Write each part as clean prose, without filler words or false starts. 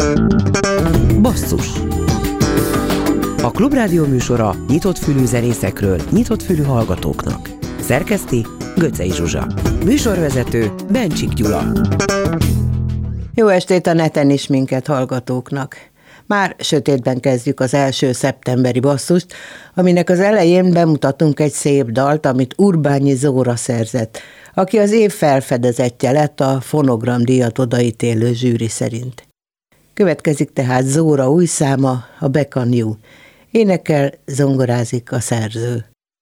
Basszus. A Klubrádió műsora nyitott fülű zenészekről, nyitott fülű hallgatóknak. Szerkeszti Göcsei Zsuzsa. Műsorvezető Bencsik Gyula. Jó estét a neten is minket hallgatóknak. Már sötétben kezdjük az első szeptemberi basszust, aminek az elején bemutatunk egy szép dalt, amit Urbányi Zóra szerzett, aki az év felfedezetje lett a Fonogram-díjat odaítélő zsűri szerint. Következik tehát Zóra új száma, a Back on You. Énekel, zongorázik a szerző.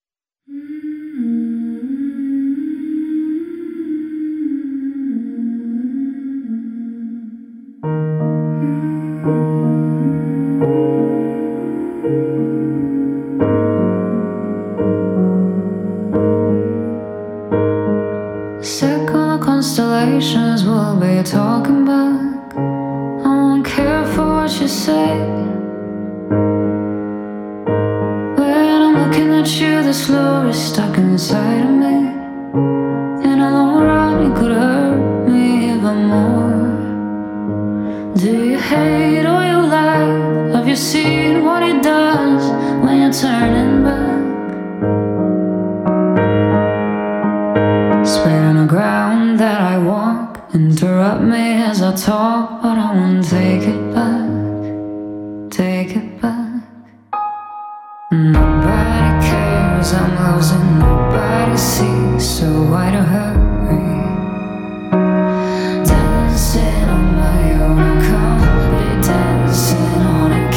Constellations will be talking back. I won't care for what you say. When I'm looking at you, the slow is stuck inside of me. In a long run, it could hurt me even more. Do you hate or you like? Have you seen what it does when you're turning back? Spit on the ground that I walk. Interrupt me as I talk, but I won't take it back. Take it back. Nobody cares, I'm losing. Nobody sees, so why to hurry? Dancing on my own, I can't be dancing on and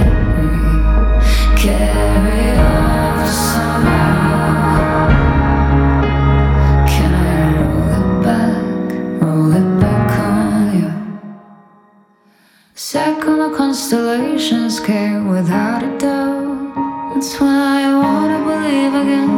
carry on for somehow. Second the constellations care without a doubt. That's when I wanna believe again.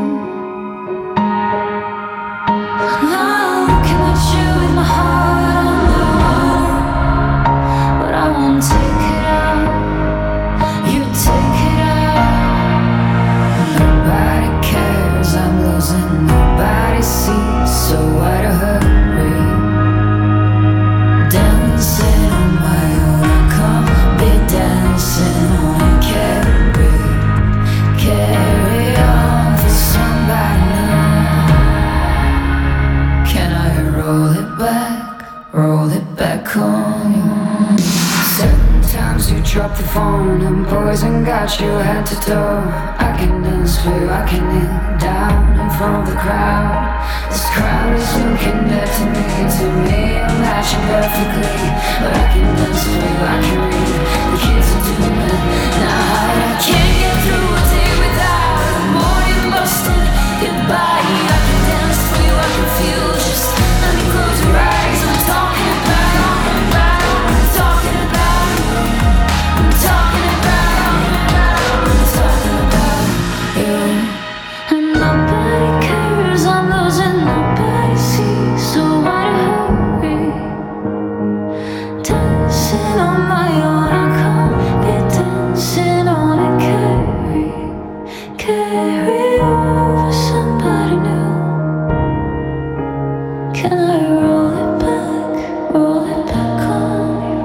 Now looking at you with my heart on the water, but I won't take it out. You take it out. Nobody cares, I'm losing. Nobody sees, so why to hurry? Dancing on my own, I can't be dancing on and carry on for somebody new. Can I roll it back on you? Certain times you drop the phone and poison got you head to toe. I can dance for you, I can kneel down in front of the crowd. This crowd is looking dead to me, I'm matching perfectly. But I can dance for you, I can read the kids are doing it. Now I can't get through a day without a morning busting goodbye. I can dance for you, I can feel, just let me close your eyes. I'm talking about you. And nobody cares, I'm losing, nobody sees, so why hurry? Dancing on my own, I can't be dancing on and carry on for somebody new. Can I roll it back on you?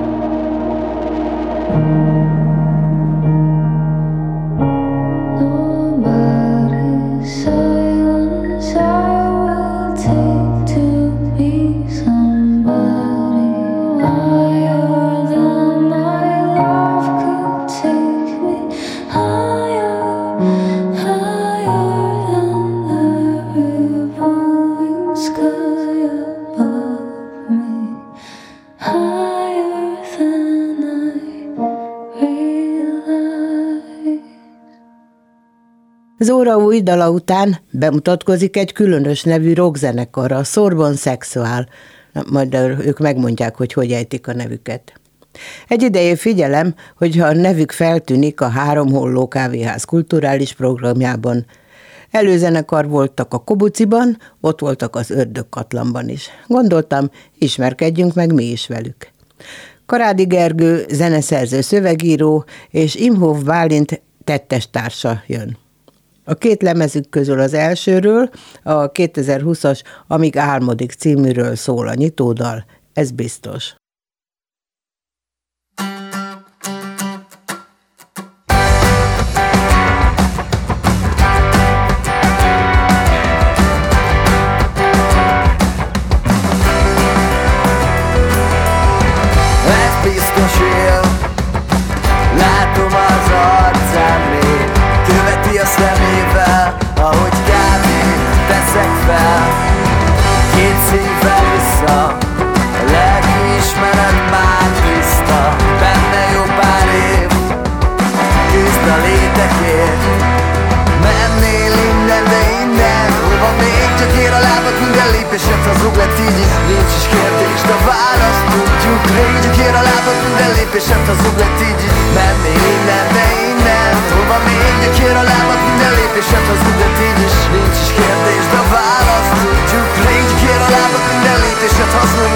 Zóra új dala után bemutatkozik egy különös nevű rockzenekar, a Sorbonne Sexual. Majd ők megmondják, hogy ejtik a nevüket. Egy ideje figyelem, hogyha a nevük feltűnik a Három Holló Kávéház kulturális programjában. Előzenekar voltak a Kobuciban, ott voltak az Ördögkatlanban is. Gondoltam, ismerkedjünk meg mi is velük. Karádi Gergő, zeneszerző, szövegíró, és Imhoff Bálint tettestársa jön. A két lemezük közül az elsőről, a 2020-as Amíg álmodik címűről szól a nyitódal, ez biztos. biztos él. Látom az arcán még, követi a szemével, ahogy kávét teszek fel. Két szívvel vissza, a lelkiismeret már tiszta. Benne jó pár év, küzd a létekért. Mennél innen, de innen, hova még? Csak ér a lábad minden lépéset, az rúg lett így is. Nincs is kérdés, de választ tudjuk rég. Csak ér a lábad minden lépéset, az rúg lett így is. Mennél innen, de innen, hova még? Csak ér a lábad minden lépéset, az rúg lett így is. Nincs is kérdés, de választ tudjuk rég. Csak ér a lábad minden lépéset, az rúg.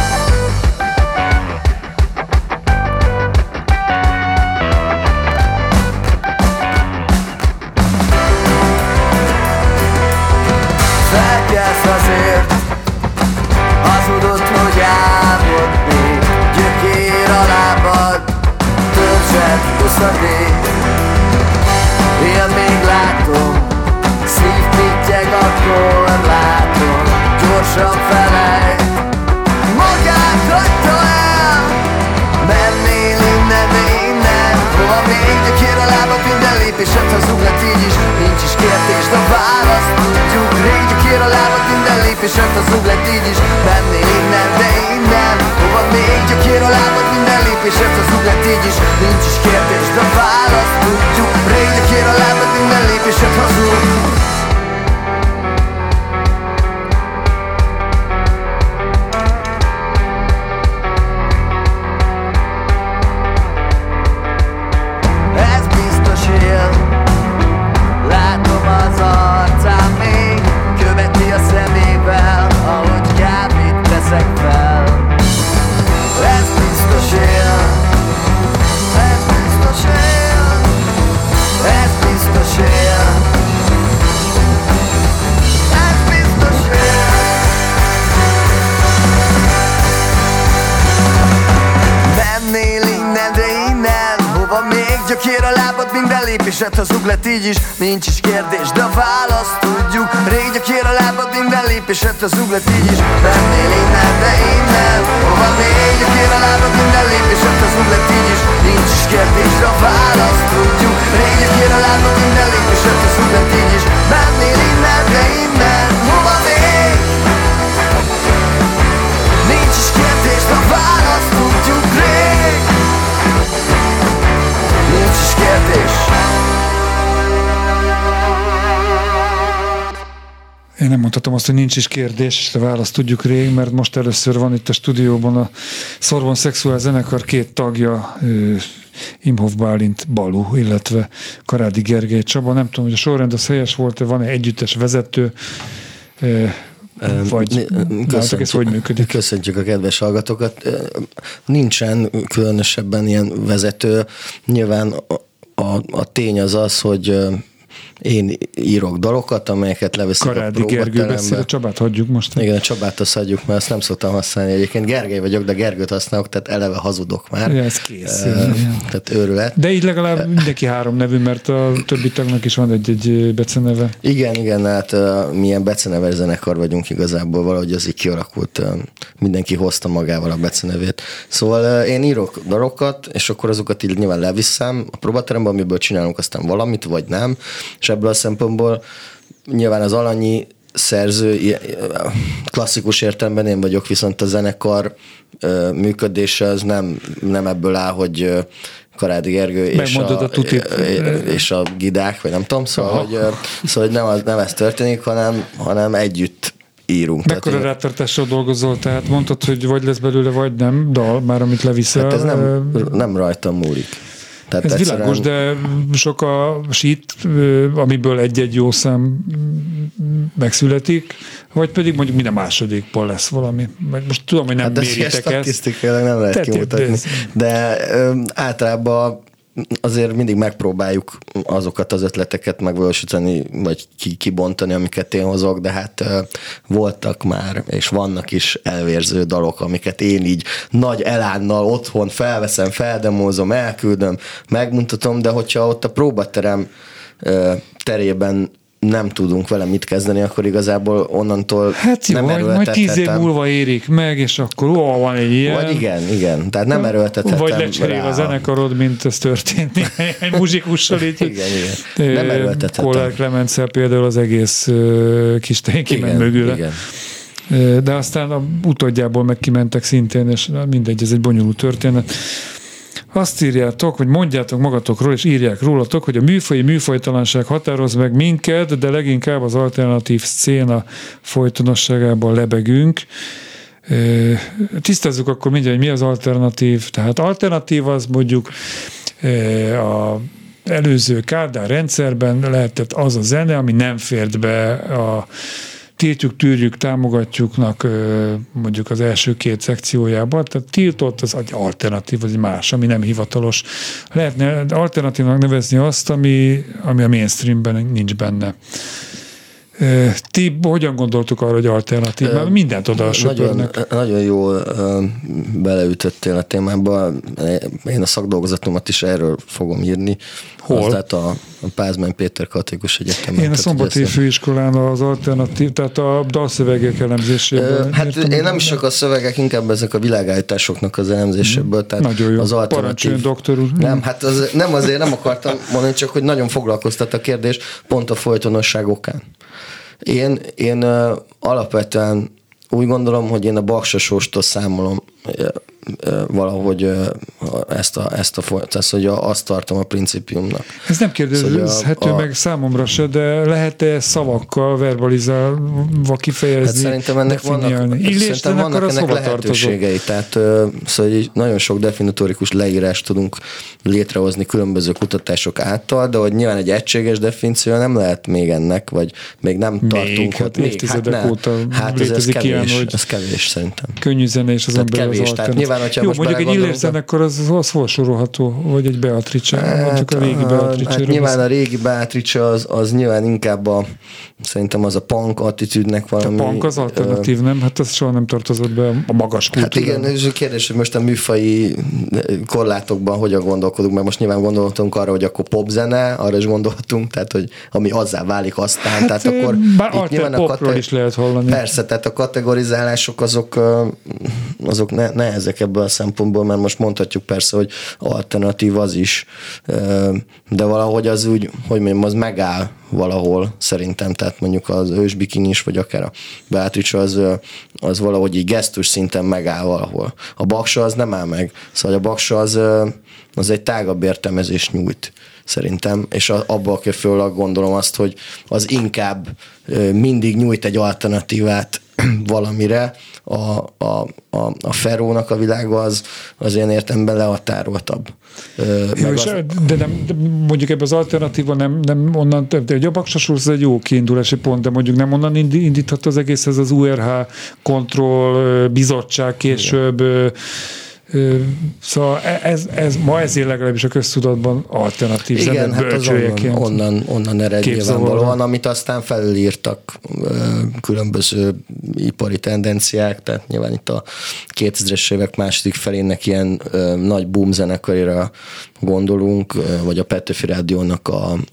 Felkelsz azért, hazudod, hogy álmodni. Gyökér a lábad, törzset huszadék. Én még látom, szív pittyeg, akkor látom. Gyorsan felejt, magát hagyta el. Mennél innen, de innen, hova még? Gyökér a lábad, minden lépésed, ha zúg lett így is. Nincs is kérdés, de választ tudjuk rég. Gyökér a lábad, minden lépésed, ha zúg lett így is. Mennél innen, de innen, hova még? Gyökér a lábad, minden lépésed, ha zúg lett így is. Nincs is kérdés, de választ tudjuk rég. Gyökér a lábad, minden lépésed, ha zúg. Gyökér a lábad, minden lépésed, ha zúg lett így is. Nincs is kérdés, de a választ tudjuk rég. Gyökér a lábad, minden lépésed, ha zúg lett így is. Mennél innen, de innen, hova még? Gyökér a lábad, minden lépésed, ha zúg lett így is. Nincs is kérdés, de a választ tudjuk rég. Gyökér a lábad, minden lépésed, ha zúg lett így is. Mennél innen, de innen, hova még? Nincs is kérdés, de a választ tudjuk rég. Nincs is kérdés. Én nem mondhatom azt, hogy nincs is kérdés, de választ tudjuk rég, mert most először van itt a stúdióban a Sorbonne Sexuál zenekar két tagja, Imhoff Bálint Balú, illetve Karádi Gergely Csaba. Nem tudom, hogy a sorrend az helyes volt-e, van-e együttes vezető, vagy ez hogy működik? Köszöntjük a kedves hallgatókat. Nincsen különösebben ilyen vezető. Nyilván a tény az, hogy én írok dalokat, amelyeket leviszek Karádi a próbaterembe. Gergő beszél, a Csabát hagyjuk most. Igen, a Csabát azt hagyjuk, mert azt nem szoktam használni. Egyébként Gergely vagyok, de Gergőt használok, tehát eleve hazudok már. Ja, ez kész. Tehát őrület. De így legalább mindenki három nevű, mert a többi tagnak is van egy beceneve. Igen, hát milyen beceneves zenekar vagyunk igazából, valahogy az így kialakult. Mindenki hozta magával a becenevét. Szóval én írok dalokat, és akkor azokat így nyilván leviszem a próbaterembe, amiből csinálunk aztán valamit, vagy nem. És ebből a szempontból nyilván az alanyi szerző, klasszikus értelemben én vagyok, viszont a zenekar működése az nem ebből áll, hogy Karádi Gergő és a gidák, vagy nem tudom, szóval hogy nem ez történik, hanem együtt írunk. Mekkora rátartással dolgozol? Tehát mondtad, hogy vagy lesz belőle, vagy nem dal, már amit leviszel. Hát ez nem rajtam múlik. Tehát ez világos, de sok a sít, amiből egy-egy jó szám megszületik, vagy pedig mondjuk minden másodikból lesz valami. Most tudom, hogy nem méritek ezt. Statisztikailag nem lehet kimutatni. De általában azért mindig megpróbáljuk azokat az ötleteket megvalósítani, vagy kibontani, amiket én hozok, de hát voltak már, és vannak is elvérző dalok, amiket én így nagy elánnal otthon felveszem, feldemózom, elküldöm, megmutatom, de hogyha ott a próbaterem terében nem tudunk vele mit kezdeni, akkor igazából onnantól hát jó, nem erőltethetem. majd 10 év múlva érik meg, és akkor van egy ilyen. Vagy igen. Tehát nem erőltethetem. Vagy lecserél a zenekarod, mint ez történt egy muzsikussal így. igen. Nem erőltethetem. Kollár Clemenszel például az egész kis tehén kiment mögül. Igen. De aztán utódjából meg kimentek szintén, és mindegy, ez egy bonyolult történet. Azt írjátok, hogy mondjátok magatokról, és írják rólatok, hogy a műfajtalanság határoz meg minket, de leginkább az alternatív szcéna folytonosságában lebegünk. Tisztázzuk akkor mindjárt, hogy mi az alternatív. Tehát alternatív az mondjuk a előző Kádár rendszerben lehetett az a zene, ami nem fért be a tiltjuk, tűrjük, támogatjuknak mondjuk az első 2 szekciójába, tehát tiltott az egy alternatív, az egy más, ami nem hivatalos. Lehetne alternatívnak nevezni azt, ami a mainstreamben nincs benne. Ti hogyan gondoltuk arra, hogy alternatív? Mert mindent oda söpörnek. Nagyon jól beleütöttél a témába. Én a szakdolgozatomat is erről fogom írni. Hol? Tehát a Pázmány Péter Katolikus Egyetemen. Én a Szombati Főiskolán az alternatív, tehát a dalszövegek elemzéséből. Hát én nem is csak a szövegek, inkább ezek a világállításoknak az elemzéséből. Tehát nagyon jó. Az alternatív. Doktor úr. Nem, hát azért nem akartam mondani, csak hogy nagyon foglalkoztat a kérdés pont a folytonosság okán. Én alapvetően úgy gondolom, hogy én a Baksa-Sóstól számolom valahogy hogy azt tartom a principiumnak. Ez nem kérdezhető meg számomra se, de lehet-e szavakkal verbalizálva kifejezni, hát szerintem ennek vannak lehetőségei. Tehát szóval nagyon sok definitorikus leírást tudunk létrehozni különböző kutatások által, de hogy nyilván egy egységes definíció nem lehet még ennek, vagy még nem tartunk ott. Évtizedek óta létezik ilyen, hogy ez kevés szerintem. Könnyű zene és az ember az alternatív. Jó, mondjuk egy Illés zenekar az hol sorolható, vagy egy Beatrice, mondjuk a régi Beatrice. Hát nyilván a régi Beatrice az nyilván inkább szerintem az a punk attitűdnek valami. A punk az alternatív, nem? Hát ez soha nem tartozott be a magas kultúrában. Hát igen, ez a kérdés, hogy most a műfai korlátokban hogyan gondolkodunk, mert most nyilván gondolhatunk arra, hogy akkor popzene, arra is gondolhatunk, tehát hogy ami azzá válik aztán. Hát tehát akkor itt nyilván popról is lehet hallani. Persze, tehát a kategorizálások azok nehezek ebből a szempontból, mert most mondhatjuk persze, hogy alternatív az is, de valahogy az úgy, hogy mondjam, az megáll valahol szerintem, tehát mondjuk az ősbikini is, vagy akár a Beatrice az valahogy így gesztus szinten megáll valahol. A Baksa az nem áll meg, szóval a Baksa az egy tágabb értelmezést nyújt szerintem, és abból föl gondolom azt, hogy az inkább mindig nyújt egy alternatívát valamire, a Ferónak a világa az én értelemben lehatároltabb. De mondjuk ebben az alternatívban nem onnan, de a Baksa-Sóst egy jó kiindulási pont, de mondjuk nem onnan indíthat az egész, ez az URH kontroll bizottság később. Szóval ez legalábbis a köztudatban alternatív igen, hát az onnan ered nyilvánvalóan, amit aztán felülírtak különböző ipari tendenciák, tehát nyilván itt a 2000-es évek második felének ilyen nagy boom zenekarira gondolunk, vagy a Petőfi Rádiónak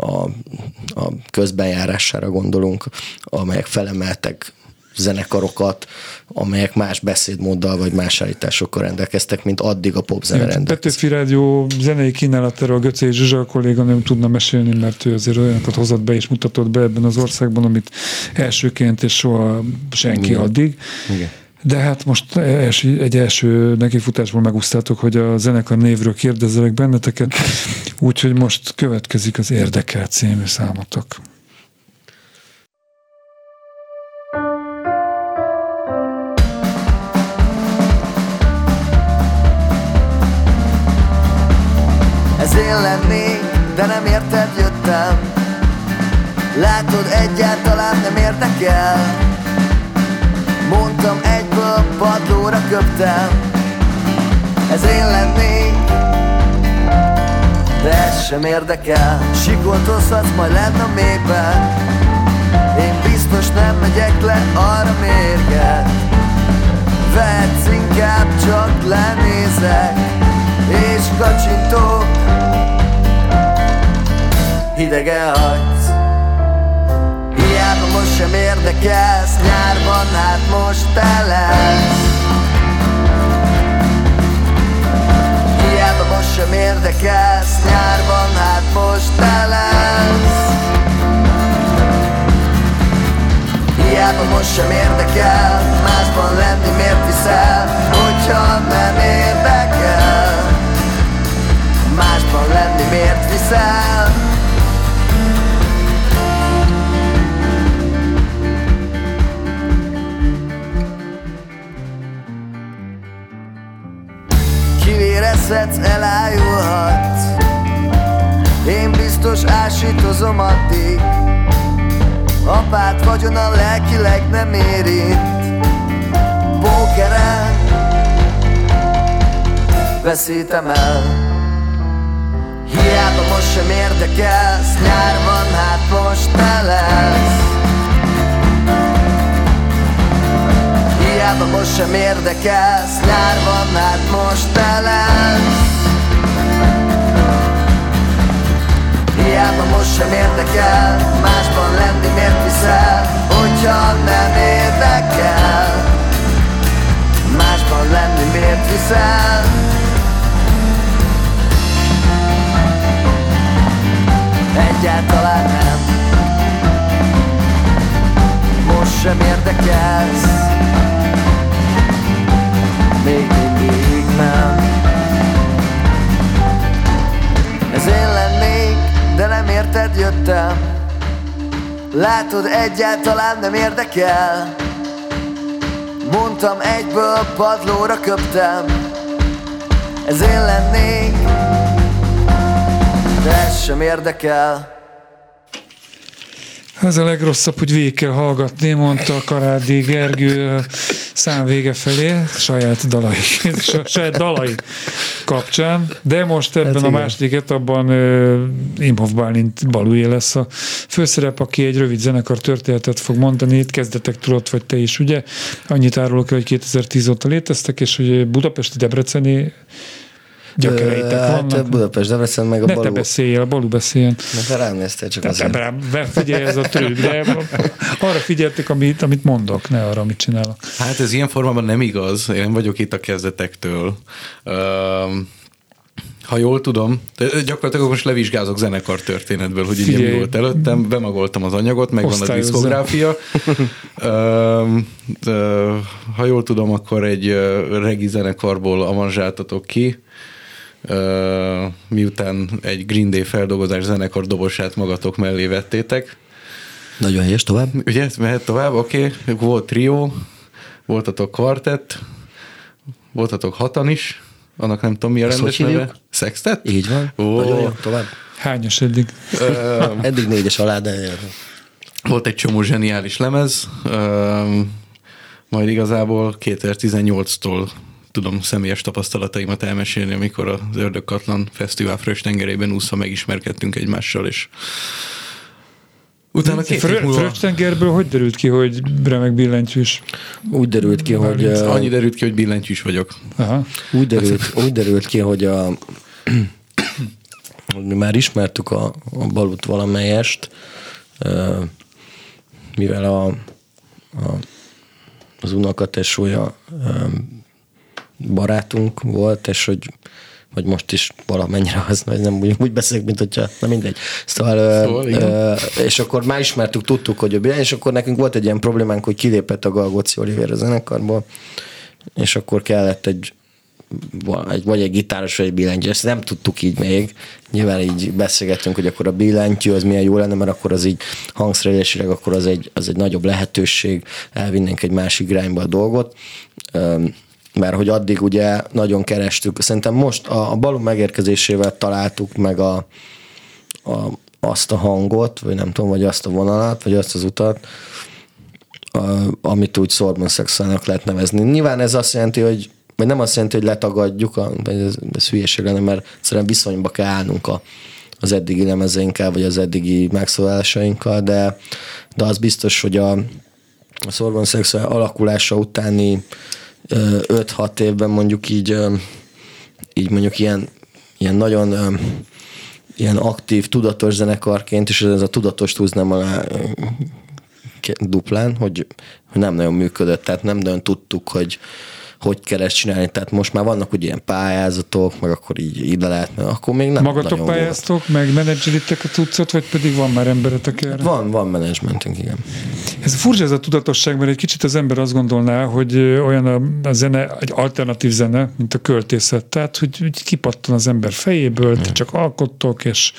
a közbenjárására gondolunk, amelyek felemeltek zenekarokat, amelyek más beszédmóddal vagy más állításokkal rendelkeztek, mint addig a popzene rendelkeztek. Petőfi Rádió zenei kínálatáról Göcei Zsuzsa kolléga nem tudna mesélni, mert ő azért olyanokat hozott be és mutatott be ebben az országban, amit elsőként és soha senki addig. Igen. De hát most egy első nekifutásból megúsztátok, hogy a zenekar névről kérdezzelek benneteket, úgyhogy most következik az Érdekel című számotok. Ez én lennék, de nem érted jöttem. Látod, egyáltalán nem érdekel. Mondtam, egyből padlóra köptem. Ez én lennék, de ez sem érdekel. Sikoltozhatsz majd lenn a mélyben. Én biztos nem megyek le arra mérget. Vehetsz, inkább csak lenézek és kacsintok. Hidegen hagysz, Hiába most sem érdekelsz, nyárban hát most te lesz. Hiába most sem érdekelsz, nyárban hát most te lesz. Hiába most sem érdekel, másban lenni miért viszel, hogyha nem érdekel. Másban lenni miért viszel. Kivérezhetsz, elájulhatsz, én biztos ásítozom addig. Apád vagyona lelkileg nem érint. Pókeren veszítem el. Hiába most sem érdekelsz, nyár van, hát most te lesz. Hiába most sem érdekelsz, nyár van, hát most te lesz. Hiába most sem érdekel, másban lenni miért viszel, hogyha nem érdekel. Másban lenni miért viszel. Egyáltalán nem. Most sem érdekelsz. Még mindig nem. Ez én lennék, de nem érted, jöttem. Látod, egyáltalán nem érdekel. Mondtam, egyből padlóra köptem. Ez én lennék, de ez sem érdekel. Ez a legrosszabb, hogy végig kell hallgatni, mondta Karádi Gergő szám vége felé, saját dalai kapcsán, de most ebben a második etapban Imhoff Bálint Balújé lesz a főszerep, aki egy rövid zenekar történetet fog mondani, itt kezdetektől ott vagy te is, ugye? Annyit árulok el, hogy 2010 óta léteztek, és hogy budapesti, debreceni gyökereitek vannak. Hát Budapest, Debrecen, meg a ne Balú. Ne te beszéljél, a Balú beszéljen. Mert rám néztél csak azért. Figyelj, ez a trükk, de arra figyeltek, amit mondok, ne arra, amit csinálok. Hát ez ilyen formában nem igaz. Én vagyok itt a kezdetektől. Ha jól tudom, gyakorlatilag most levizsgázok zenekar történetből, hogy ugye mi volt előttem, bemagoltam az anyagot, megvan a diszkográfia. Ha jól tudom, akkor egy regi zenekarból avanzsáltatok ki, miután egy Green Day feldolgozás zenekar dobosát magatok mellé vettétek. Nagyon helyes, tovább. Ugye, mehet tovább, oké. Volt trió, voltatok kvartett, voltatok hatan is, annak nem tudom mi a rendes neve. Sextet? Így van. Nagyon jó, tovább. Hányos eddig? Eddig 4-es alá, de... Volt egy csomó zseniális lemez, majd igazából 2018-tól tudom személyes tapasztalataimat elmesélni, amikor az Ördögkatlan Fesztivál Fröcstengerében úszva megismerkedtünk egymással, és utána Fröcstengerből hogy derült ki, hogy remek billentyűs? Úgy derült ki, hogy... Annyi derült ki, hogy billentyűs vagyok. Aha. Úgy derült ki, hogy mi már ismertük a Balut valamelyest, mivel az unokatesója barátunk volt, és hogy vagy most is valamennyire az, vagy nem úgy beszélek, mint hogyha, na mindegy. Szóval és akkor már ismertük, tudtuk, hogy ő és akkor nekünk volt egy ilyen problémánk, hogy kilépett a Galgóci Olivér a zenekarból, és akkor kellett vagy egy gitáros, vagy egy billentyű. Ezt nem tudtuk így még. Nyilván így beszélgettünk, hogy akkor a billentyű az milyen jó lenne, mert akkor az így hangszerelésileg, akkor az egy nagyobb lehetőség, elvinnénk egy másik irányba a dolgot. Mert hogy addig ugye nagyon kerestük. Szerintem most a Balú megérkezésével találtuk meg azt a hangot, vagy nem tudom, vagy azt a vonalat, vagy azt az utat, amit úgy Sorbonne Sexualnak lehet nevezni. Nyilván ez azt jelenti, hogy vagy nem azt jelenti, hogy letagadjuk, ez hülyeség lenne, mert szerintem viszonyba kell állnunk az eddigi lemezeinkkel, vagy az eddigi megszólalásainkkal, de az biztos, hogy a Sorbonne Sexual alakulása utáni 5-6 évben mondjuk így mondjuk ilyen nagyon ilyen aktív, tudatos zenekarként, és ez a tudatos húznám alá duplán, hogy nem nagyon működött, tehát nem nagyon tudtuk, hogy kell ezt csinálni. Tehát most már vannak ugye ilyen pályázatok, meg akkor így ide lehet, mert akkor még nem Magatok nagyon pályáztok, meg menedzseritek a cuccot, vagy pedig van már emberetek erre? Van menedzsmentünk, igen. Ez furcsa ez a tudatosság, mert egy kicsit az ember azt gondolná, hogy olyan a zene, egy alternatív zene, mint a költészet. Tehát, hogy kipattan az ember fejéből, te csak alkottok, és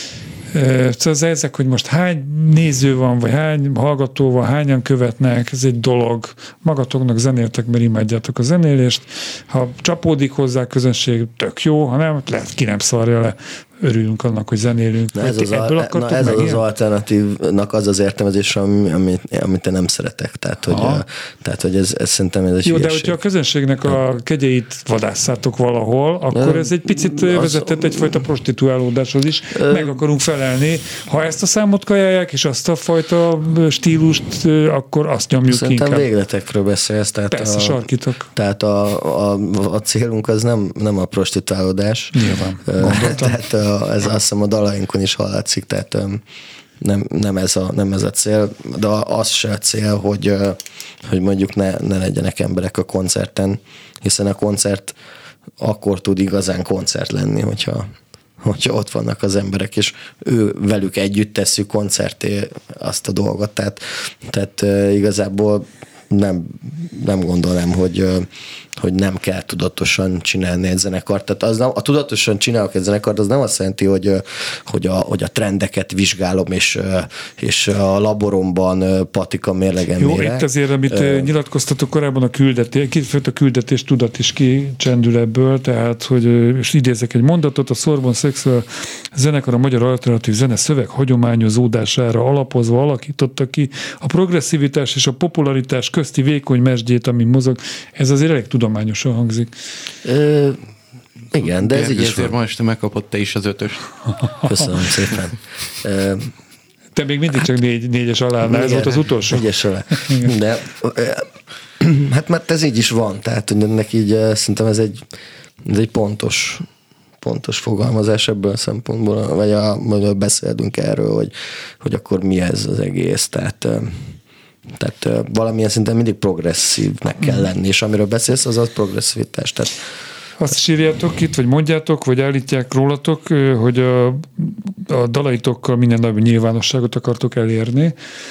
szóval ezek, hogy most hány néző van, vagy hány hallgató van, hányan követnek, ez egy dolog. Magatoknak zenéltek, mert imádjátok a zenélést. Ha csapódik hozzá a közönség, tök jó, ha nem, lehet ki nem szarja le. Örülünk annak, hogy zenélünk. Ez az alternatívnak az értelmezés, amit én nem szeretek. Tehát, hogy ez szerintem ez egy jó, hülyeség. de hogyha a közönségnek a kegyeit vadásszátok valahol, akkor ez egy picit vezetett egyfajta prostituálódáshoz is. Meg akarunk felelni. Ha ezt a számot kajálják, és azt a fajta stílust, akkor azt nyomjuk szerintem inkább. végletekről beszélsz. Persze, sarkítok. Tehát a célunk az nem a prostituálódás. Nyilván, gondoltam. Tehát ez azt hiszem a dalainkon is hallatszik, tehát nem ez a cél, de az se a cél, hogy mondjuk ne legyenek emberek a koncerten, hiszen a koncert akkor tud igazán koncert lenni, hogyha ott vannak az emberek, és velük együtt tesszük koncerté azt a dolgot. Tehát igazából nem gondolom, hogy nem kell tudatosan csinálni egy zenekart. Tehát a tudatosan csinálok egy zenekart, az nem azt jelenti, hogy a trendeket vizsgálom, és a laboromban patika mérlegen jó, mérek. itt azért, amit nyilatkoztatok korábban, a küldetés tudat is kicsendül ebből, tehát, hogy és idézek egy mondatot, a Sorbonne Sexual zenekar a magyar alternatív zene szöveg hagyományozódására alapozva alakította ki a progresszivitás és a popularitás közti vékony mesdjét, ami mozog. Ez azért elég tudományosan hangzik. Igen, de ez így is van. Ma este megkapott te is az 5-öst. Köszönöm szépen. Te még mindig csak négyes alánál, ez volt az utolsó. Négyes alá. De hát mert ez így is van, tehát hogy ennek így szerintem ez egy pontos fogalmazás ebből a szempontból, vagy beszélünk erről, hogy akkor mi ez az egész, tehát valamilyen szinten mindig progresszívnek kell lenni, és amiről beszélsz, az progresszivitás. Tehát azt is írjátok itt, vagy mondjátok, vagy állítják rólatok, hogy a dalaitokkal minden nagyobb nyilvánosságot akartok elérni,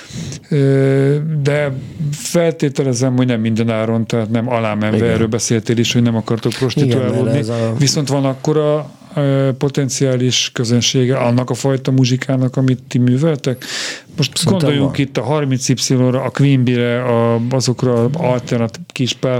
de feltételezem, hogy nem minden áron, tehát nem alámenve, igen. Erről beszéltél is, hogy nem akartok prostituálódni. Viszont van akkora potenciális közönsége annak a fajta muzsikának, amit ti műveltek? Most szerintem gondoljunk itt a 30Y-ra, a Queen Bee-re, azokra alternatív Kispál,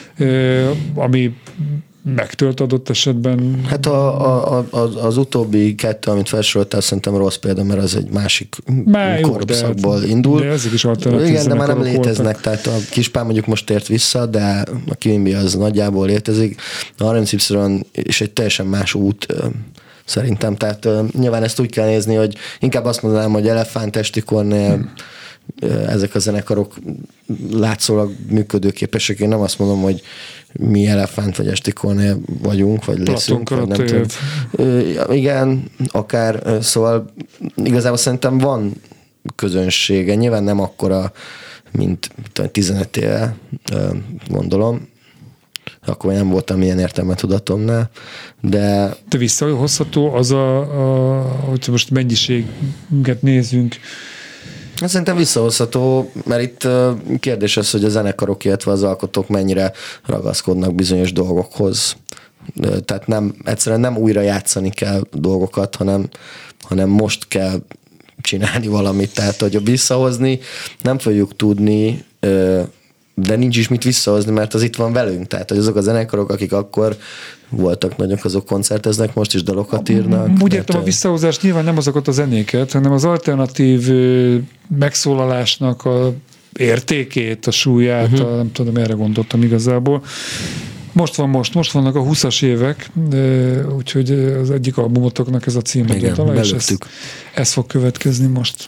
ami megtölt adott esetben? Hát az utóbbi kettő, amit felsoroltál, szerintem rossz példa, mert az egy másik korszakból indul. De ezek is alternatív. Igen, de már nem léteznek, tehát a Kispál mondjuk most tért vissza, de a Queen Bee az nagyjából létezik. A 30Y is egy teljesen más út szerintem, tehát nyilván ezt úgy kell nézni, hogy inkább azt mondanám, hogy Elefánt, Estikornél ezek a zenekarok látszólag működőképesek. Én nem azt mondom, hogy mi Elefánt vagy Estikornél vagyunk, vagy leszünk, vagy nem tudom. Igen, akár, szóval igazából szerintem van közönsége, nyilván nem akkora, mint 15 éve, gondolom. Akkor nem voltam ilyen értelme tudatomnál, de... De visszahozható az hogyha most mennyiséget nézünk. Szerintem visszahozható, mert itt kérdés az, hogy a zenekarok, illetve az alkotók mennyire ragaszkodnak bizonyos dolgokhoz. Tehát egyszerűen nem újra játszani kell dolgokat, hanem most kell csinálni valamit. Tehát, hogy visszahozni nem fogjuk tudni, de nincs is mit visszahozni, mert az itt van velünk. Tehát, hogy azok a zenekarok, akik akkor voltak nagyok, azok koncerteznek, most is dalokat írnak. Úgy értem, a visszahozást nyilván nem azokat a zenéket, hanem az alternatív megszólalásnak a értékét, a súlyát, nem tudom, erre gondoltam igazából. Most vannak a 20-as évek, úgyhogy az egyik albumotoknak ez a címe. Igen, és ez fog következni most.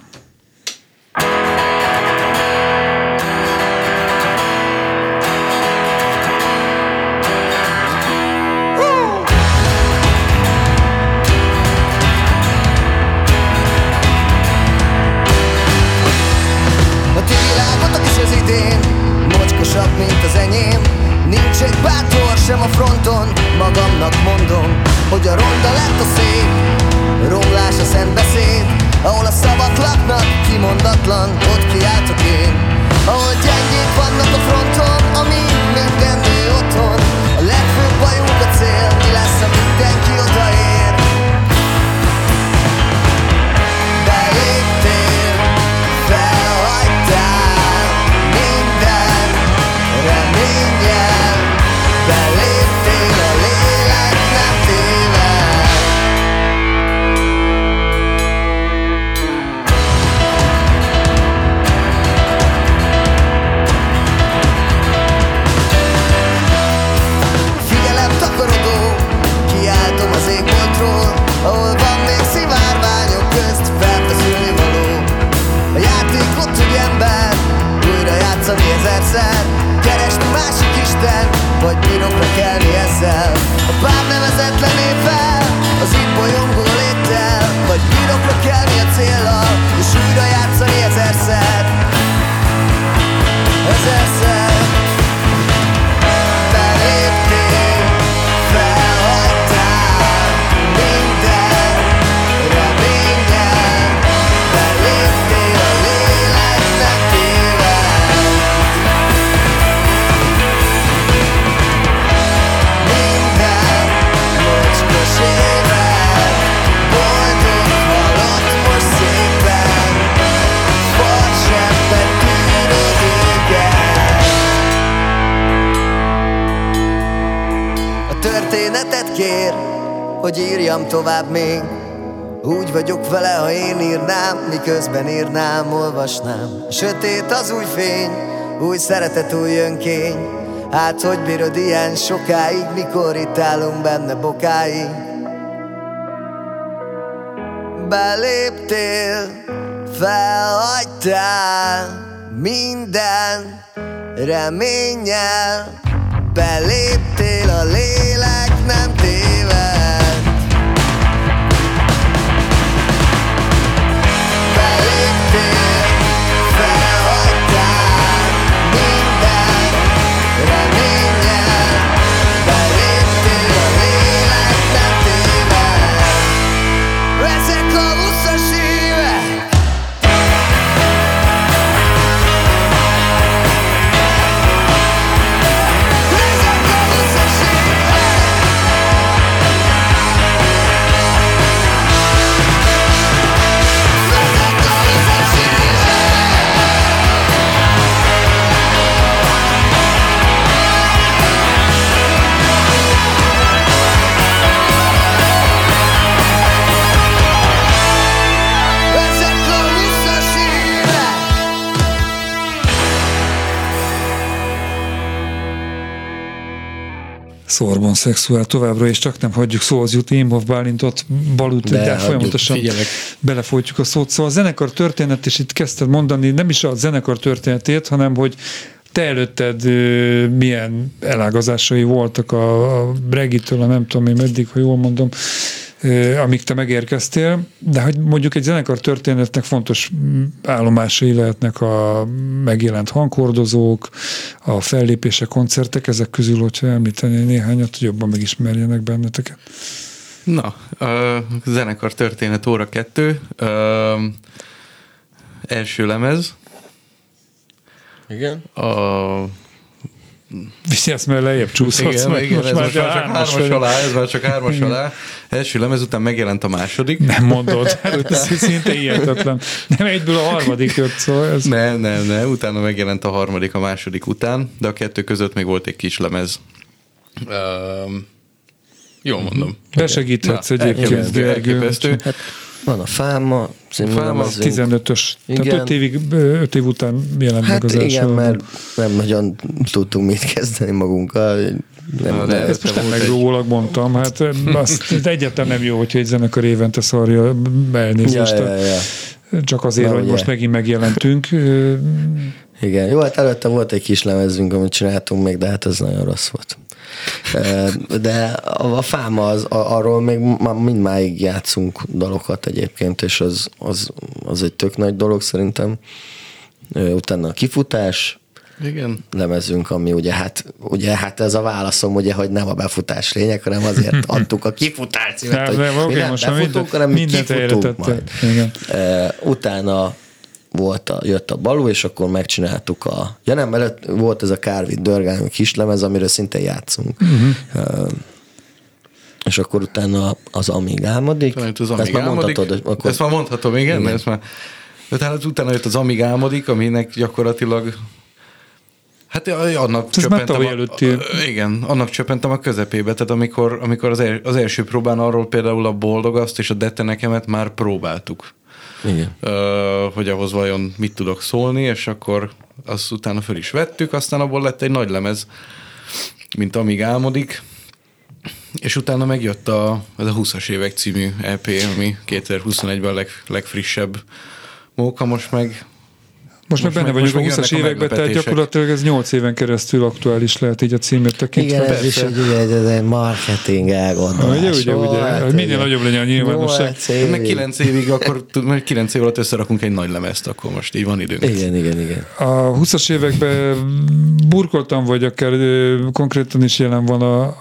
A kimondatlan, ott kiálltok én. Ahol gyengék vannak a fronton, amíg minden nő otthon. A legfőbb bajunk a cél, mi lesz, ha mindenki odaér. Beléptél, felhagytál minden reménnyel. Beléptél, a lélek nem téved. Figyelem takarodó, kiáltom az égboltról, ahol van még szivárványok közt felfeszülni való. A játékot tudj ember, újra játszani ezerszer, keresni másik isten, vagy birokra kelni ezzel. A pár nevezetlen évvel, az itt bolyongó léttel, vagy birokra kelni a céllal, és újra játszani ezerszer. Ezerszer. Beléptél, felhagytál minden reménnyel. Beléptél, a lélek nem téved. Minden mocskos évet, boldog halott most szépen, farsebbet tűröd éget. A történetet kér, hogy írjam tovább még. Úgy vagyok vele, ha én írnám, miközben írnám, olvasnám. Sötét az új fény, új szeretet, új önkény. Hát hogy bírod ilyen sokáig, mikor itt állunk benne bokáig? Beléptél, felhagytál minden reménnyel. Beléptél, a lélek nem téved. Beléptél, felhagytál minden reménnyel. Beléptél, a lélek nem téved. Ezek a 20-as évek. Ezek a 20-as évek. Ezek a 20-as évek. Ezek a 20-as évek. Sorbonne Sexuál továbbra is csak nem hagyjuk szóhoz jutni Imhoff Bálintot, Balút, de hagyjuk, folyamatosan figyelek. belefolytjuk a szót. Szóval a zenekar történet, és itt kezdted mondani, nem is a zenekar történetét, hanem hogy te előtted milyen elágazásai voltak a Bregitől, nem tudom én meddig, ha jól mondom, amíg te megérkeztél, de hogy mondjuk egy zenekar történetnek fontos állomásai lehetnek a megjelent hanghordozók, a fellépések, koncertek, ezek közül, hogyha említeni néhányat, hogy jobban megismerjenek benneteket. Na, a zenekar történet óra 2, első lemez, Igen? Viszi ezt, mert lejjebb csúszhatsz. Igen, ez már csak hármas alá. Első lemez után megjelent a második. Nem mondod, hát ez szinte hihetetlen. Nem egyből a harmadik jött, szóval ez... Nem, utána megjelent a harmadik a második után, de a kettő között még volt egy kis lemez. Jól mondom. Besegíthetsz egyébként, Gergő. Elképesztő. Hát van a Fáma, Fáma 15-ös, tehát 5 év után jelent hát meg az első. igen, mert nem nagyon tudtunk mit kezdeni magunkkal. Ezt most nem megrólólag mondtam, hát azt egyáltalán nem jó, hogyha egy zenekar évente szarja elnézést. Csak azért, hogy most megint megjelentünk. Igen, jó, hát előtte volt egy kis lemezünk, amit csináltunk még, de hát ez nagyon rossz volt. De a Fáma, arról még mindmáig játszunk dalokat egyébként, és az egy tök nagy dolog szerintem. Utána a Kifutás, igen. lemezünk, ami ugye hát ez a válaszom, ugye, hogy nem a befutás lényeg, hanem azért adtuk a Kifutás címet, hogy mi nem befutunk, hanem mi kifutunk majd. Utána jött a Balú, és akkor megcsináltuk előtt volt ez a Kárvid Dörgány kislemez, amiről szintén játszunk. És akkor utána az Amíg álmodik. Ezt már mondhatod. Ezt már mondhatom, igen. Utána jött az Amíg álmodik, aminek gyakorlatilag hát annak csöppentem a közepébe, tehát amikor az első próbán arról például a Boldogaszt és a Dette nekemet már próbáltuk. Igen. Hogy ahhoz vajon mit tudok szólni, és akkor azt utána föl is vettük, aztán abból lett egy nagy lemez, mint Amíg álmodik, és utána megjött ez a 20-as évek című EP, ami 2021-ben a legfrissebb móka, most meg benne vagyunk a 20-as években, tehát gyakorlatilag ez 8 éven keresztül aktuális lehet így a címét tekintve. Igen, ez is egy marketing elgondolás. Ugye, minél nagyobb legyen a nyilvánosság. Meg 9 évig, akkor 9 év alatt összerakunk egy nagy lemezt, akkor most így van időnk. Igen. A 20-as években burkoltam, vagy akár konkrétan is jelen van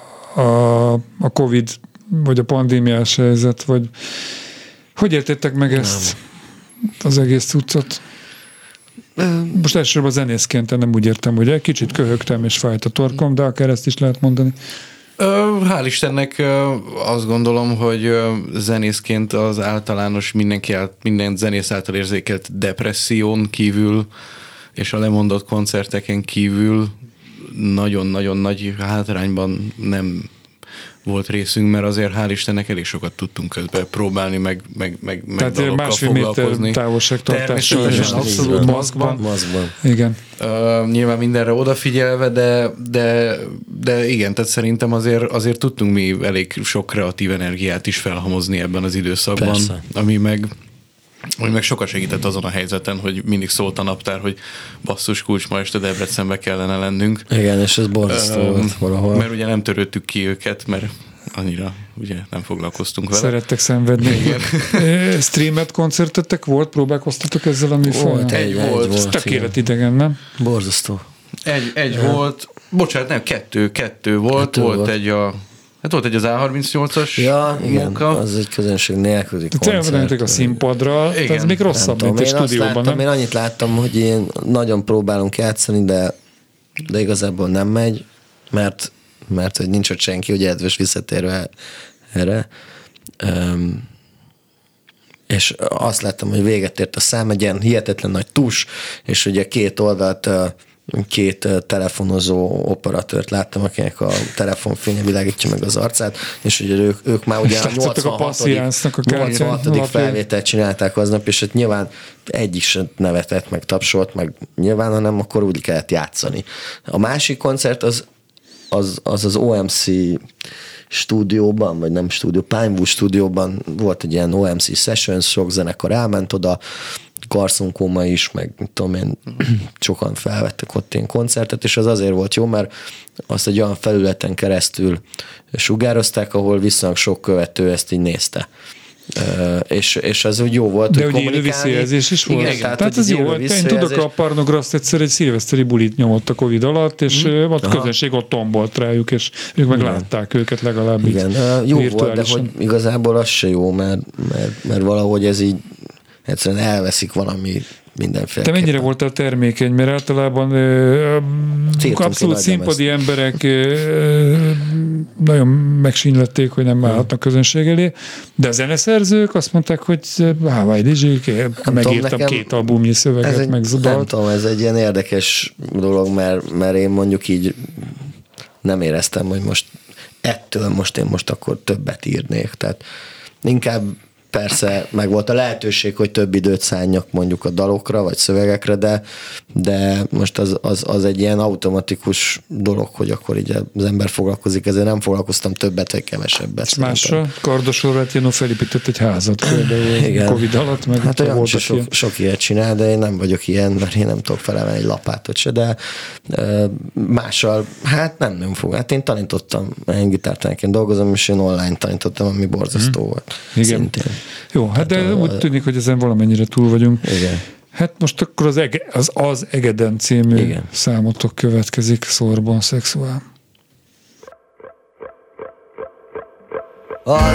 a Covid, vagy a pandémiás helyzet, vagy hogy értettek meg ezt, az egész cuccot? Most elsősorban zenészként nem úgy értem, hogy egy kicsit köhögtem és fájt a torkom, de akár ezt is lehet mondani. Hál' Istennek azt gondolom, hogy zenészként az általános minden zenész által érzékelt depresszión kívül és a lemondott koncerteken kívül nagyon-nagyon nagy hátrányban nem volt részünk, mert azért hál' Istennek elég sokat tudtunk közben próbálni, meg dalokkal foglalkozni. Távolságtartással. Természetesen, abszolút maszkban. Igen. Nyilván mindenre odafigyelve, de igen, tehát szerintem azért tudtunk mi elég sok kreatív energiát is felhamozni ebben az időszakban, persze. ami meg sokat segített azon a helyzeten, hogy mindig szólt a naptár, hogy basszus kulcs, ma este Debrecenbe kellene lennünk. Igen, és ez borzasztó volt valahol. Mert ugye nem törődtük ki őket, mert annyira ugye nem foglalkoztunk vele. Szerettek szenvedni. Streamet koncertetek volt? Próbálkoztatok ezzel a műfajjal? Egy volt. Tökélet idegen, nem? Borzasztó. Egy volt. Bocsánat, nem, kettő volt. Volt egy az A38-as munka. Az egy közönség nélküli koncert. Te a színpadra, ez még rosszabb, mint a stúdióban, nem? Én annyit láttam, hogy én nagyon próbálunk játszani, de igazából nem megy, mert hogy nincs ott senki, ugye edves visszatérve erre. És azt láttam, hogy véget ért a szám, egy ilyen hihetetlen nagy tus, és ugye két oldalt két telefonozó operatőrt láttam, akinek a telefonfénye világítja meg az arcát, és ugye ők már ugye a 86. felvételt csinálták aznap, és hát nyilván egy is nevetett, meg tapsolt, meg nyilván, hanem akkor úgy kellett játszani. A másik koncert az OMC stúdióban, vagy nem stúdió, Pinewood stúdióban volt egy ilyen OMC Sessions, sok zenekar elment oda, Carson Coma is, meg mit tudom én, sokan felvettek ott ilyen koncertet, és az azért volt jó, mert azt egy olyan felületen keresztül sugározták, ahol viszonylag sok követő ezt így nézte. És ez úgy jó volt, de hogy élő visszajelzés is volt. Igen, tehát ez jó volt. Én tudok, a Parnograszt egyszer egy szilveszteri bulit nyomott a Covid alatt, és a közönség ott tombolt rájuk, és ők meg látták őket legalább. Igen, jó volt, de hogy igazából az se jó, mert valahogy ez így egyszerűen elveszik valami mindenféle. Te mennyire voltál termékeny, mert általában abszolút színpadi emberek nagyon megsínlették, hogy nem állhatnak közönség elé, de a zeneszerzők azt mondták, hogy Hawaii Dizsi, megírtam 2 albumnyi szöveget, meg zudalt. Nem tudom, ez egy ilyen érdekes dolog, mert én mondjuk így nem éreztem, hogy én most akkor többet írnék. Tehát inkább persze meg volt a lehetőség, hogy több időt szánjak mondjuk a dalokra, vagy szövegekre, de most az egy ilyen automatikus dolog, hogy akkor így az ember foglalkozik, ezért nem foglalkoztam többet, vagy kevesebbet. És másra Kardos Horváth Jenő felépített egy házat például Covid alatt, meg hát olyan sok ilyet csinál, de én nem vagyok ilyen, mert én nem tudok felemelni egy lapátot se, de mással, hát nem fog. Hát én tanítottam, én gitártanárként dolgozom, és én online tanítottam, ami borzasztó volt. Igen. Szintén. Jó, hát de úgy tűnik, hogy ezen valamennyire túl vagyunk. Igen. Hát most akkor az Egeden című számotok következik, Szorban Szexuál.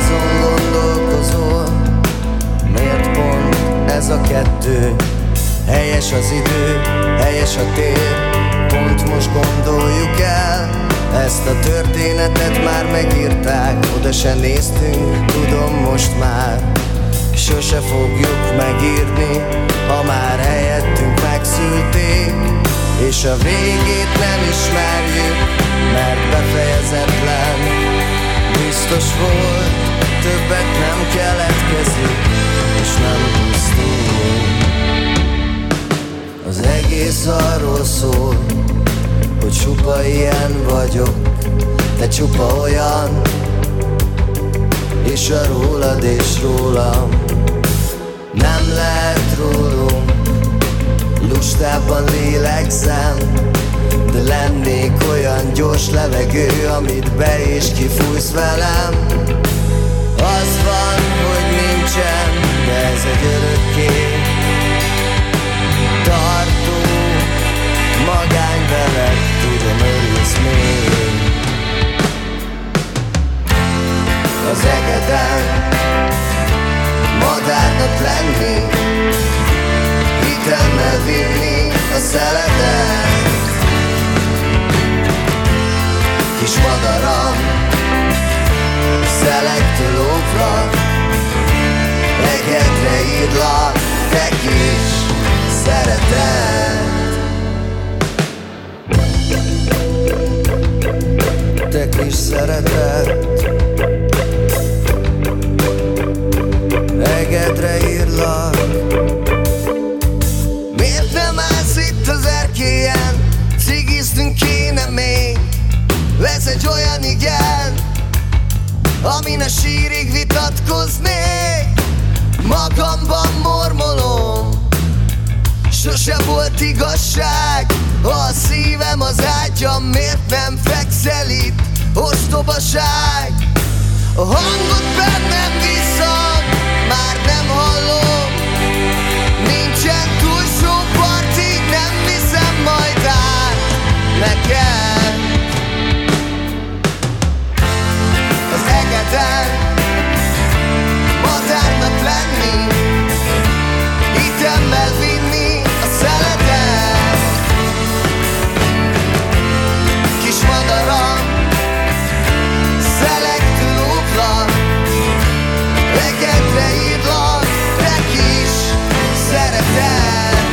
Azon gondolkozol, miért pont ez a kettő Helyes az idő, helyes a tér, pont most gondoljuk el. Ezt a történetet már megírták, oda se néztünk, tudom most már. Sose fogjuk megírni, ha már helyettünk megszülték. És a végét nem ismerjük, mert befejezetlen. Biztos volt, többet nem keletkezik, és nem pusztul. Az egész arról szól, hogy csupa ilyen vagyok, te csupa olyan, és a rólad és rólam nem lehet rólunk. Lustában lélegzem, de lennék olyan gyors levegő, amit be és kifújsz velem. Az van, hogy nincsen, de ez egy örökké tartó magány veled, tudom, örülsz még. Az egeden madárnak lenni, hitemmel vinni a szeletet. Kis madaram, szelektől óvra, egedre írlak, te kis szeretet. Te kis szeretet, egedre írlak. Miért nem állsz itt az erkélyen? Cigiztünk kéne még. Lesz egy olyan igen, amin a sírig vitatkoznék. Magamban mormolom, sose volt igazság. A szívem az ágyam, miért nem fekszel itt? Ostobaság. A hangot bennem viszont már nem hallom. Nincsen túlsó partig, nem viszem majd át neked. Az egeden madárnak lenni, hitemmel vinni a szeletet. Kis madaram, szelektől óvlak, egedre írlak, te kis szeretet.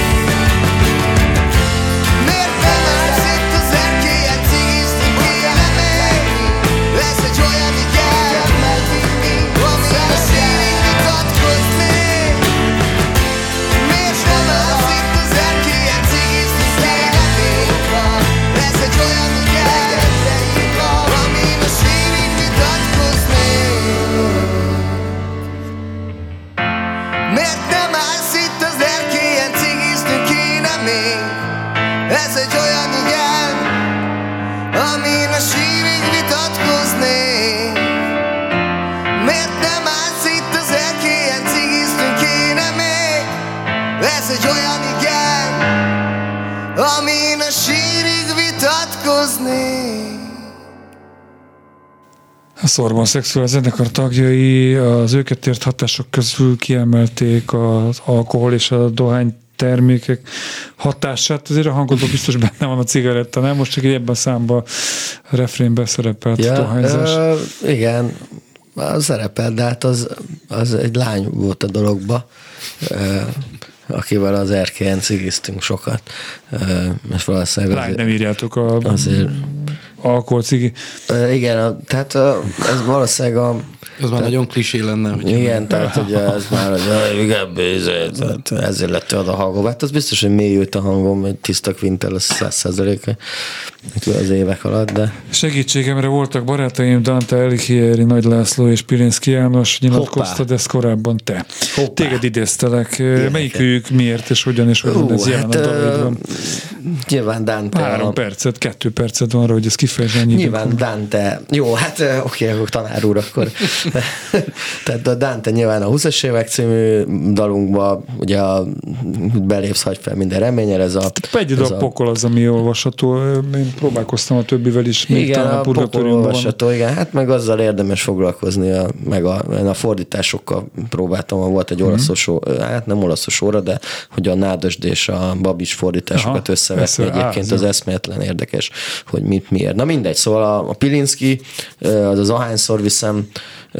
Miért nem állsz itt az erkélyen, cigiztünk kéne még? Lesz egy olyan igen, ami a sírig vitatkoznék. Miért nem állsz itt az erkélyen, cigiztünk kéne még? Lesz egy olyan igen, ami a sírig vitatkoznék. Miért nem állsz itt az erkélyen, cigiztünk kéne még? Ez egy olyan igen, amin a sírig vitatkoznék. Miért nem állsz itt az erkélyen, cigiztünk kéne még? Ez egy olyan igen, amin a sírig vitatkoznék. A Sorbonne Szexuál zenekar tagjai az őket ért hatások közül kiemelték az alkohol és a dohány termékek hatását. Azért a hangodban biztos benne van a cigaretta, nem? Most csak ebben a számban a refrénben szerepelt a dohányzás. Igen, szerepel, de hát az egy lány volt a dologba, akivel az erkélyen cigiztünk sokat. És valószínűleg Lány nem írjátok azért alkoholcigi. igen, tehát ez valószínűleg Ez már nagyon klisé lenne. igen, tehát ugye ez már, hogy ezért lett ad a hangom. Hát az biztos, hogy mélyült a hangom, egy tiszta Quintel, az 100% az évek alatt, de... Segítségemre voltak barátaim, Dante Alighieri, Nagy László és Pirinszky János, nyilatkoztad ezt korábban te. Hoppá. Téged idéztelek. Melyikük miért és hogyan ez jelen a dalodban? Nyilván Dante. 2 percet van arra, hogy ezt kifejezni ennyi Nyilván Dante, jó, hát oké, tanár úr akkor. Tehát a Dante nyilván a 20-as évek című dalunkba, ugye belépsz, hagy fel minden reményel, ez a... Egyedül a pokol az, ami olvasható. Én próbálkoztam a többivel is. Még igen, a pokol olvasható, igen, hát meg azzal érdemes foglalkozni, meg a fordításokkal próbáltam, volt egy olaszos, hát nem olaszos óra, de hogy a Nádasd és a Babics fordításokat összevetni egyébként, az eszméletlen érdekes, hogy mit miért. Na mindegy, szóval a Pilinszky, az ahányszor viszem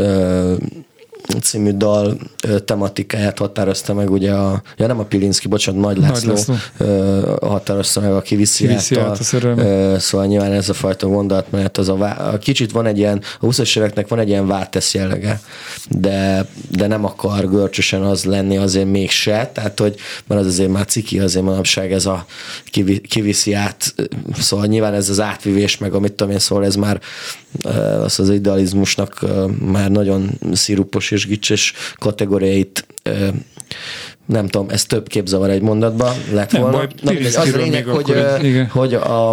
című dal tematikáját határozta meg, ugye nem a Pilinszky, bocsánat, Nagy László határozta meg a Kiviszi át. Szóval nyilván ez a fajta gondolatmenet, kicsit van egy ilyen, a 20-as éveknek van egy ilyen vártesz jellege, de nem akar görcsösen az lenni azért mégse, tehát hogy mert az azért már ciki, azért manapság ez a kiviszi át, szóval nyilván ez az átvivés, meg amit tudom én, szóval ez már az idealizmusnak már nagyon szirupos és gicses kategóriáit nem tudom, ez több képzavar egy mondatban lett volna. Az a lényeg, hogy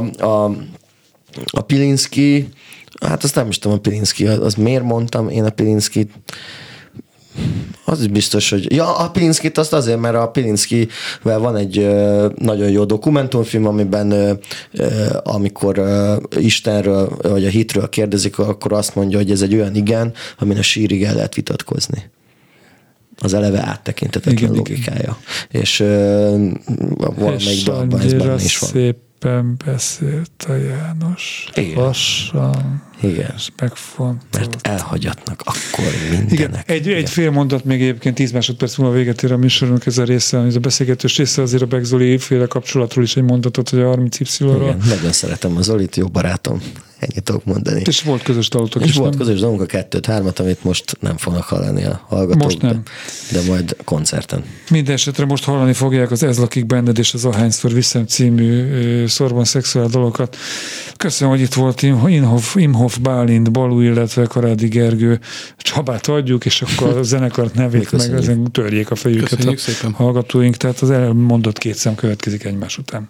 a Pilinszky, hát azt nem is tudom, a Pilinszky, az miért mondtam én a Pilinszkyt, az is biztos, hogy... Ja, a Pilinszkyt azt azért, mert a Pilinszkyvel van egy nagyon jó dokumentumfilm, amiben amikor Istenről vagy a hitről kérdezik, akkor azt mondja, hogy ez egy olyan igen, amin a sírig el lehet vitatkozni. Az eleve áttekintetetlen logikája. És valamelyik dalban ez benne is van. Szépen beszélt a János. Igen. Lassan. Igen. És megfontolt. Mert elhagyatnak akkor mindenek. Igen. Egy fél mondat még egyébként 10 másodperc múlva véget ér a műsorunk ez a része, ez a beszélgetős része, azért a Beck-Zoli féle kapcsolatról is egy mondatot, hogy a 30Y-ról. Igen, nagyon szeretem a Zolit, jó barátom. Ennyit tudok mondani. És volt közös dalotok is, volt közös dalunk a 2-3-at, amit most nem fognak hallani a hallgatók. Most nem. De majd koncerten. Minden esetre most hallani fogják az Ez lakik benned és az Ahányszor viszem című Szorban szexuál dalokat. Köszönöm, hogy itt volt Imhoff Bálint, Balú, illetve Karádi Gergő. Csabát adjuk, és akkor a zenekart nevét meg ezen törjék a fejüket a hallgatóink. Tehát az elmondott 2 szám következik egymás után.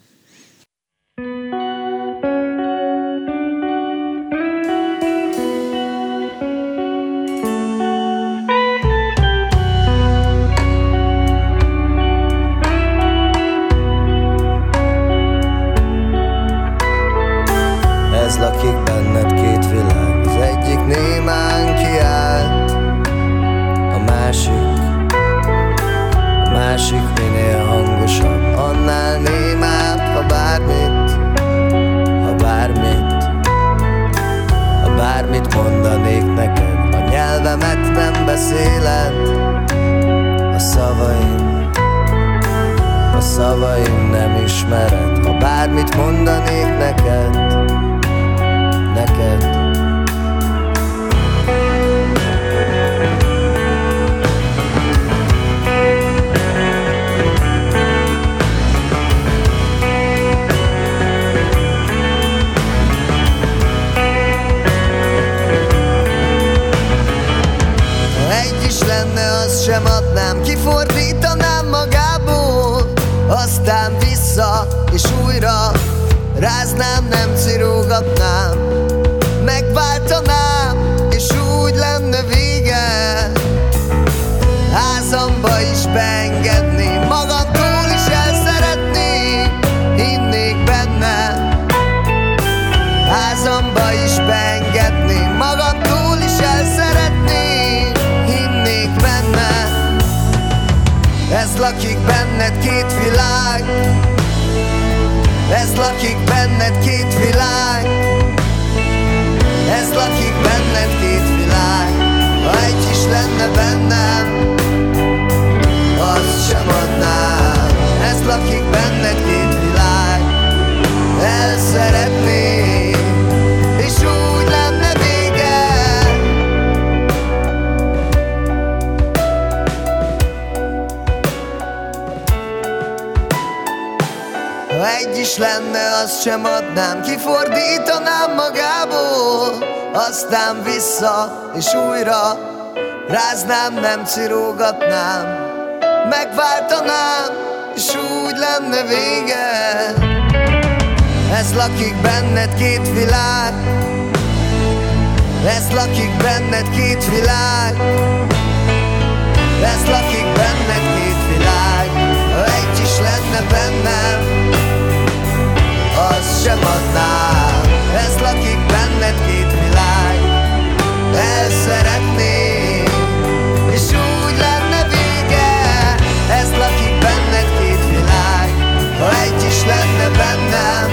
Ez lakik benned 2 világ, az egyik némán kiállt, a másik minél hangosabb, annál némább, ha bármit mondanék neked, a nyelvemet nem beszéled, a szavaim nem ismered, ha bármit mondanék neked. Ha egy is lenne, azt sem adnám, kifordítanám magából, aztán vissza és újra ráznám, nem cirógatnám, megváltanám, és úgy lenne vége. Házamba is beengedném, magamtól is elszeretném, hinnék benne. Házamba is beengedném, magamtól is elszeretném, hinnék benne. Ez lakik benned 2 világ, ez lakik benned 2 világ, ez lakik benned 2 világ. Ha egy is lenne bennem, azt sem adnám. Ez lakik benned 2 világ, el szeretném, és úgy lenne vége. Ha egy is lenne, azt sem adnám, kifordítanám magából, aztán vissza és újra ráznám, nem cirógatnám, megváltanám, és úgy lenne vége. Ez lakik benned két világ, ez lakik benned két világ, ez lakik benned két világ. Ha egy is lenne bennem, az sem adnám. Ez lakik benned két világ, el szeretném, és úgy lenne vége. Ez lakik benned két világ, ha egy is lenne bennem,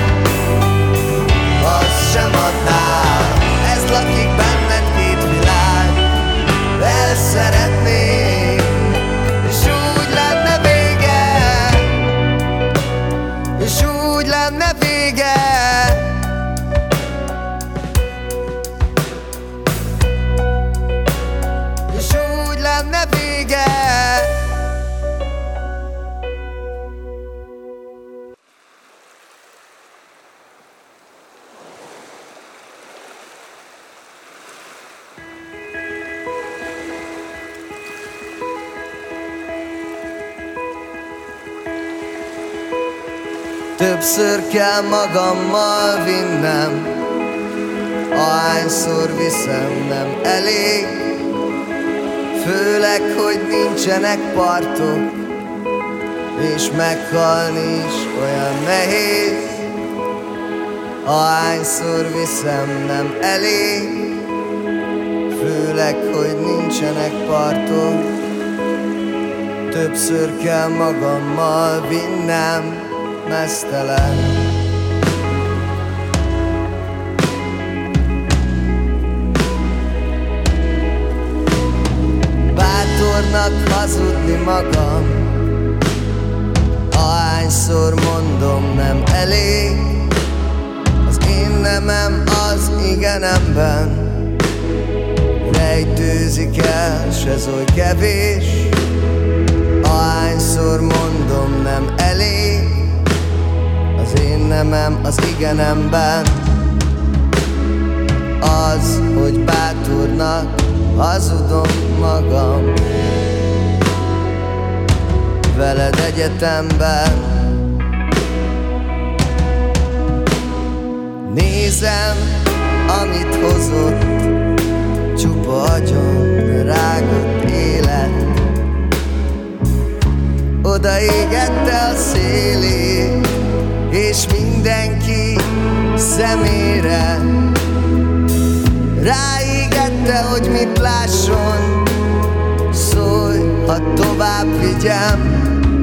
az sem adnám. Ez lakik benned két világ, el szeretném, és úgy lenne vége, és úgy lenne vége. És úgy lenne vége. Többször kell magammal vinnem, ahányszor viszem, nem elég. Főleg, hogy nincsenek partok, és meghalni is olyan nehéz. Ahányszor viszem, nem elég. Főleg, hogy nincsenek partok. Többször kell magammal vinnem, meztelen. Bátornak hazudni magam, ahányszor mondom, nem elég. Az én nemem az igenemben rejtőzik el, s ez oly kevés. Ahányszor mondom, nem elég. Az én nemem az igenemben az, hogy bátornak hazudom magam. Veled egyetemben nézem, amit hozott, csupa agyon rágott élet. Oda égette a szélét, és mindenki szemére ráégette, hogy mit lásson. Szólj, ha tovább vigyem,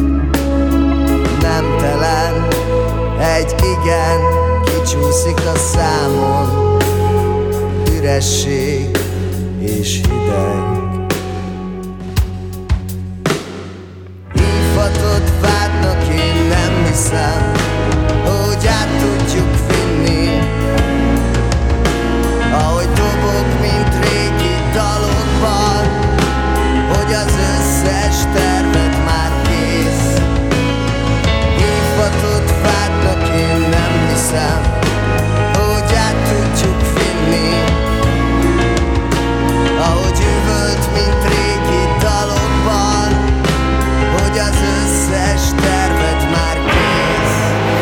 nemtelen, egy igen kicsúszik a számon. Üresség és hideg. Hívhatod vádnak, én nem hiszem, hogy át tudjuk vinni. Ahogy dobok, mint régi dalokban, hogy az összes terved már kész. Hívhatod vádnak, én nem hiszem, hogy át tudjuk vinni. Ahogy üvölt, mint régi dalokban, hogy az összes terved már kész.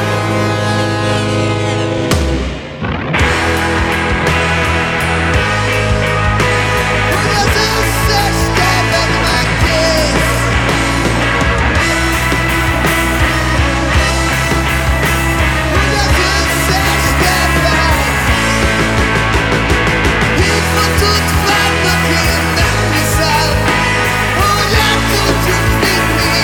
Hogy az összes terved már kész. Hogy az összes terved. Hívhatod várnak, én nem hiszem, hogy át tudjuk vinni.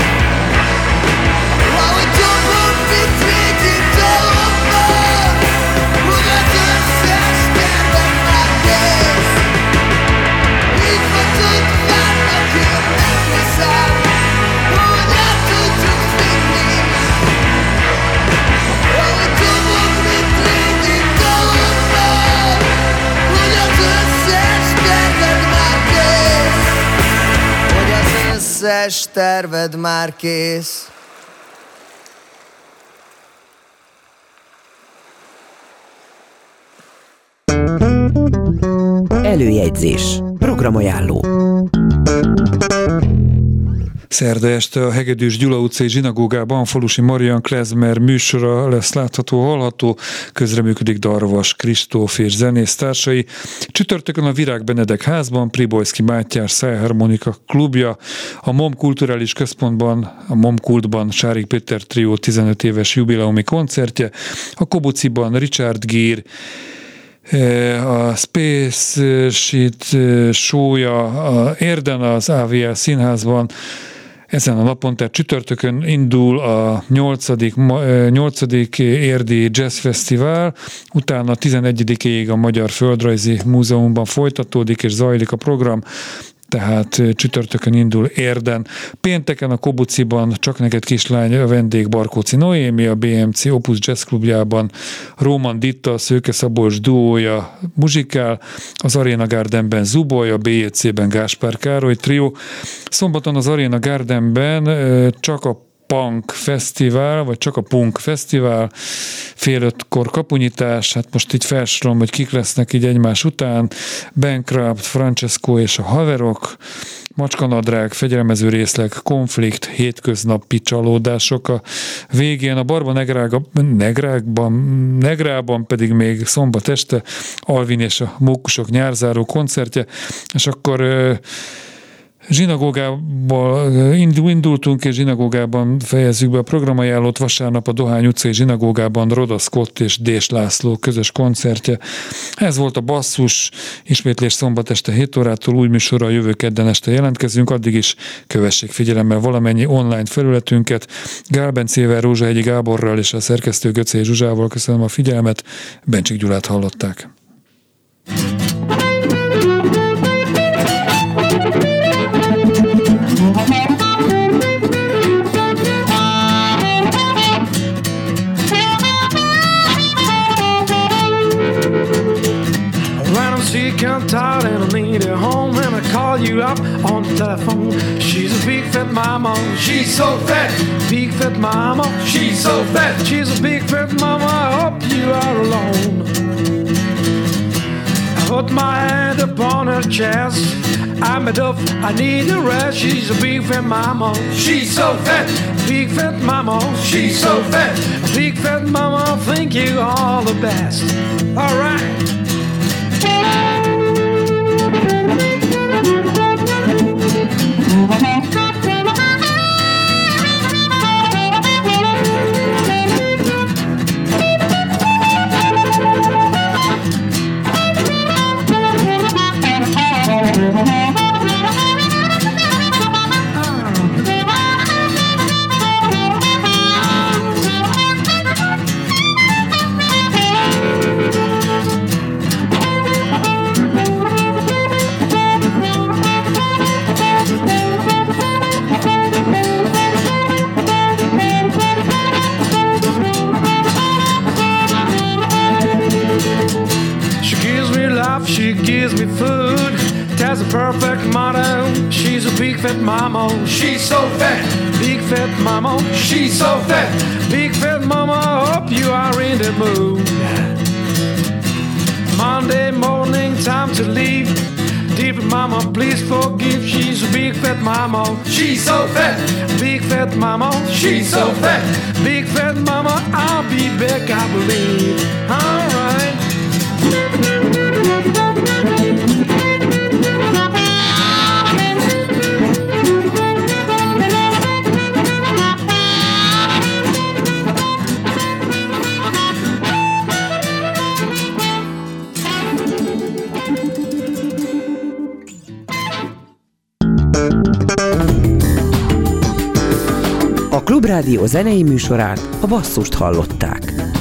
Ahogy dobom, mint régi dalokban, hogy az összes terved már kész. Hívhatod várnak, én nem hiszem, hogy át tudjuk vinni. Ahogy dobom, mint régi dalokban, hogy az összes terved már kész. Hogy az összes terved már kész. Előjegyzés. Programajánló. Szerda este a Hegedűs Gyula utcai zsinagógában Falusi Marian klezmer műsora lesz látható, hallható, közreműködik Darvas Kristóf és zenésztársai. Csütörtökön a Virág Benedek házban Pribojszky Mátyás Szájharmonika klubja, a MOM Kulturális Központban, a MOM Kultban Sárik Péter Trió 15 éves jubileumi koncertje, a Kobuciban Richard Gere, a Space Sheet show-ja a Érden az AVL színházban. Ezen a napon, tehát csütörtökön indul a 8. Érdi Jazz Fesztivál, utána 11-ig a Magyar Földrajzi Múzeumban folytatódik és zajlik a program, tehát csütörtökön indul Érden. Pénteken a Kobuciban Csak neked kislány a vendég Barkóci Noémi, a BMC Opus Jazz Klubjában Róman Ditta, a Szőke Szabolcs duója muzsikál, az Arena Gardenben Zuboly, a BJC-ben Gáspár Károly trió. Szombaton az Arena Gardenben csak a Punk Fesztivál, vagy csak a Punk Fesztivál, 4:30 kapunyítás, hát most így felsorolom, hogy kik lesznek így egymás után, Bankrupt, Francesco és a haverok, Macskanadrág, Fegyelmező részleg, Konflikt, Hétköznapi csalódások. A végén a Barba Negrában pedig még szombat este Alvin és a Mókusok nyárzáró koncertje, és akkor zsinagógából indultunk, és zsinagógában fejezzük be a programajánlót. Vasárnap a Dohány utcai zsinagógában Roda Scott és Dés László közös koncertje. Ez volt a Basszus, ismétlés szombat este 7 órától, új műsorra a jövő kedden este jelentkezünk, addig is kövessék figyelemmel valamennyi online felületünket. Gál Bencével, Rózsahegyi Gáborral és a szerkesztő Göcé Zsuzsával köszönöm a figyelmet, Bencsik Gyulát hallották. Sick and tired and I need a home, and I call you up on the telephone. She's a big fat mama, she's so fat. Big fat mama, she's so fat. She's a big fat mama, I hope you are alone. I put my hand upon her chest, I'm enough, I need a rest. She's a big fat mama, she's so fat. Big fat mama, she's so fat. Big fat mama, I think you all the best. Alright. She gives me food, that's a perfect motto. She's a big fat mama, she's so fat. Big fat mama, she's so fat. Big fat mama, I hope you are in the mood. Monday morning, time to leave. Dear mama, please forgive. She's a big fat mama, she's so fat. Big fat mama, she's so fat. Big fat mama, I'll be back, I believe. Alright. A Klubrádió zenei műsorát, a Basszust hallották.